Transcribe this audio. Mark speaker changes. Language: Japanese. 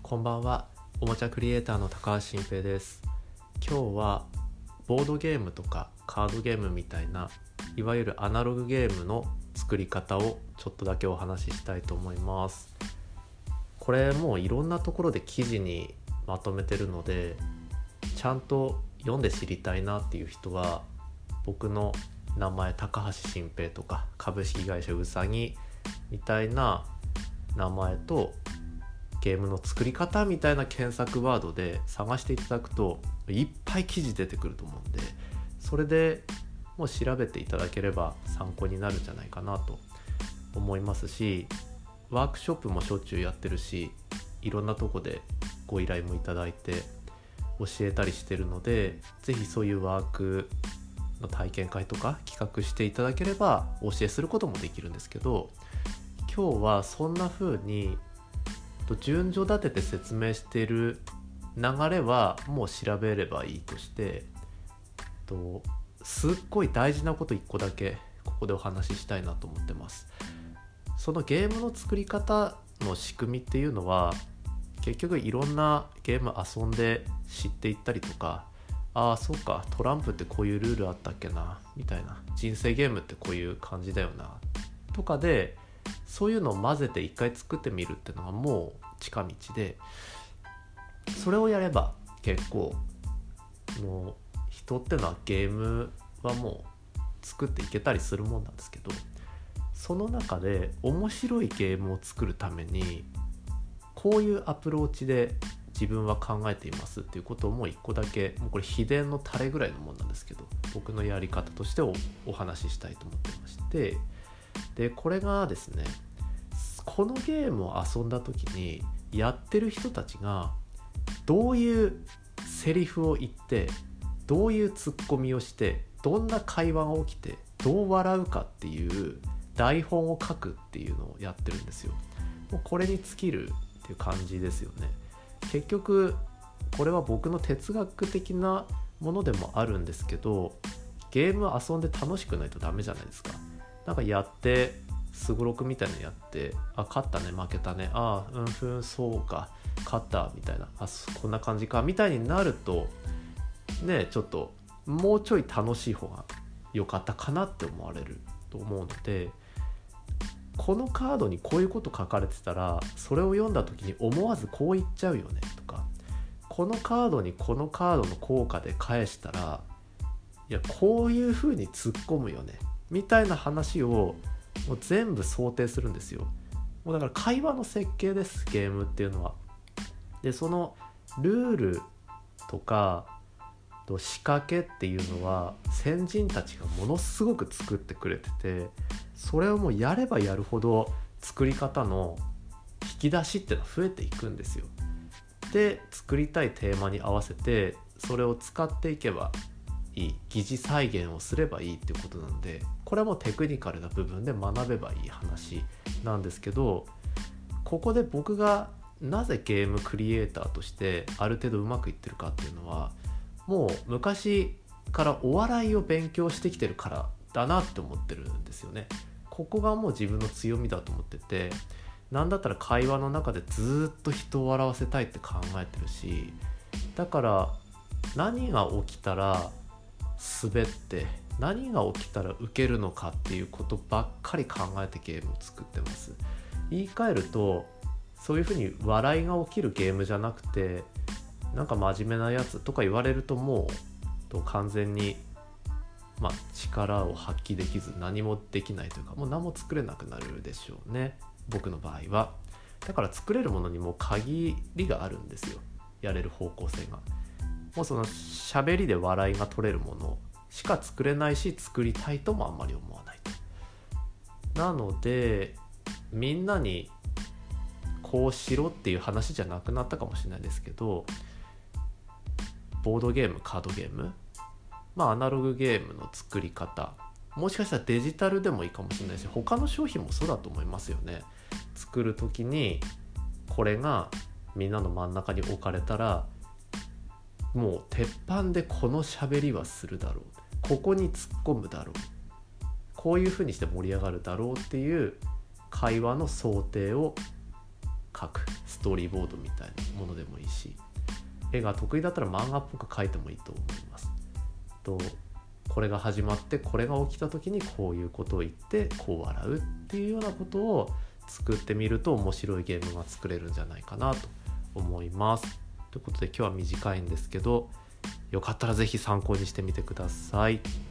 Speaker 1: こんばんは。おもちゃクリエイターの高橋新平です。今日はボードゲームとかカードゲームみたいないわゆるアナログゲームの作り方をちょっとだけお話ししたいと思います。これもういろんなところで記事にまとめてるので、ちゃんと読んで知りたいなっていう人は僕の名前高橋新平とか株式会社うさぎみたいな名前とゲームの作り方みたいな検索ワードで探していただくといっぱい記事出てくると思うんで、それでもう調べていただければ参考になるんじゃないかなと思いますし、ワークショップもしょっちゅうやってるし、いろんなとこでご依頼もいただいて教えたりしてるので、ぜひそういうワークの体験会とか企画していただければお教えすることもできるんですけど、今日はそんな風に順序立てて説明している流れはもう調べればいいとして、すっごい大事なこと1個だけここでお話ししたいなと思ってます。そのゲームの作り方の仕組みっていうのは、結局いろんなゲーム遊んで知っていったりとか、ああそうか、トランプってこういうルールあったっけなみたいな、人生ゲームってこういう感じだよなとかで、そういうのを混ぜて一回作ってみるっていうのがもう近道で、それをやれば結構の人ってのはゲームはもう作っていけたりするもんなんですけど、その中で面白いゲームを作るためにこういうアプローチで自分は考えていますっていうことをもう一個だけ、もうこれ秘伝のタレぐらいのもんなんですけど、僕のやり方としてお話ししたいと思ってまして、でこれがですね、このゲームを遊んだ時にやってる人たちがどういうセリフを言って、どういうツッコミをして、どんな会話が起きてどう笑うかっていう台本を書くっていうのをやってるんですよ。もうこれに尽きるっていう感じですよね。結局これは僕の哲学的なものでもあるんですけど、ゲームを遊んで楽しくないとダメじゃないですか。なんかやってすごろくみたいなのやって、あ勝ったね負けたね、あうんふんそうか勝ったみたいな、あこんな感じかみたいになるとね、ちょっともうちょい楽しい方が良かったかなって思われると思うので、このカードにこういうこと書かれてたらそれを読んだ時に思わずこう言っちゃうよねとか、このカードにこのカードの効果で返したらいやこういう風に突っ込むよねみたいな話をもう全部想定するんですよ。もうだから会話の設計です、ゲームっていうのは。でそのルールとか仕掛けっていうのは先人たちがものすごく作ってくれてて、それをもうやればやるほど作り方の引き出しっていうのは増えていくんですよ。で作りたいテーマに合わせてそれを使っていけばいい、疑似再現をすればいいっていうことなんで、これはもうテクニカルな部分で学べばいい話なんですけど、ここで僕がなぜゲームクリエイターとしてある程度うまくいってるかっていうのは、もう昔からお笑いを勉強してきてるからだなって思ってるんですよね。ここがもう自分の強みだと思ってて、なんだったら会話の中でずっと人を笑わせたいって考えてるし、だから何が起きたら滑って何が起きたらウケるのかっていうことばっかり考えてゲームを作ってます。言い換えると、そういうふうに笑いが起きるゲームじゃなくて、なんか真面目なやつとか言われるともう完全に力を発揮できず何もできないというか、もう何も作れなくなるでしょうね、僕の場合は。だから作れるものにも限りがあるんですよ、やれる方向性が。もうその喋りで笑いが取れるものしか作れないし、作りたいともあんまり思わないと。なのでみんなにこうしろっていう話じゃなくなったかもしれないですけど、ボードゲーム、カードゲーム、アナログゲームの作り方、もしかしたらデジタルでもいいかもしれないし、他の商品もそうだと思いますよね。作る時にこれがみんなの真ん中に置かれたら、もう鉄板でこの喋りはするだろう、ここに突っ込むだろう、こういう風にして盛り上がるだろうっていう会話の想定を書く、スストーリーボードみたいなものでもいいし、絵が得意だったら漫画っぽく描いてもいいと思います。これが始まってこれが起きた時にこういうことを言ってこう笑うっていうようなことを作ってみると面白いゲームが作れるんじゃないかなと思います。ということで今日は短いんですけど、よかったらぜひ参考にしてみてください。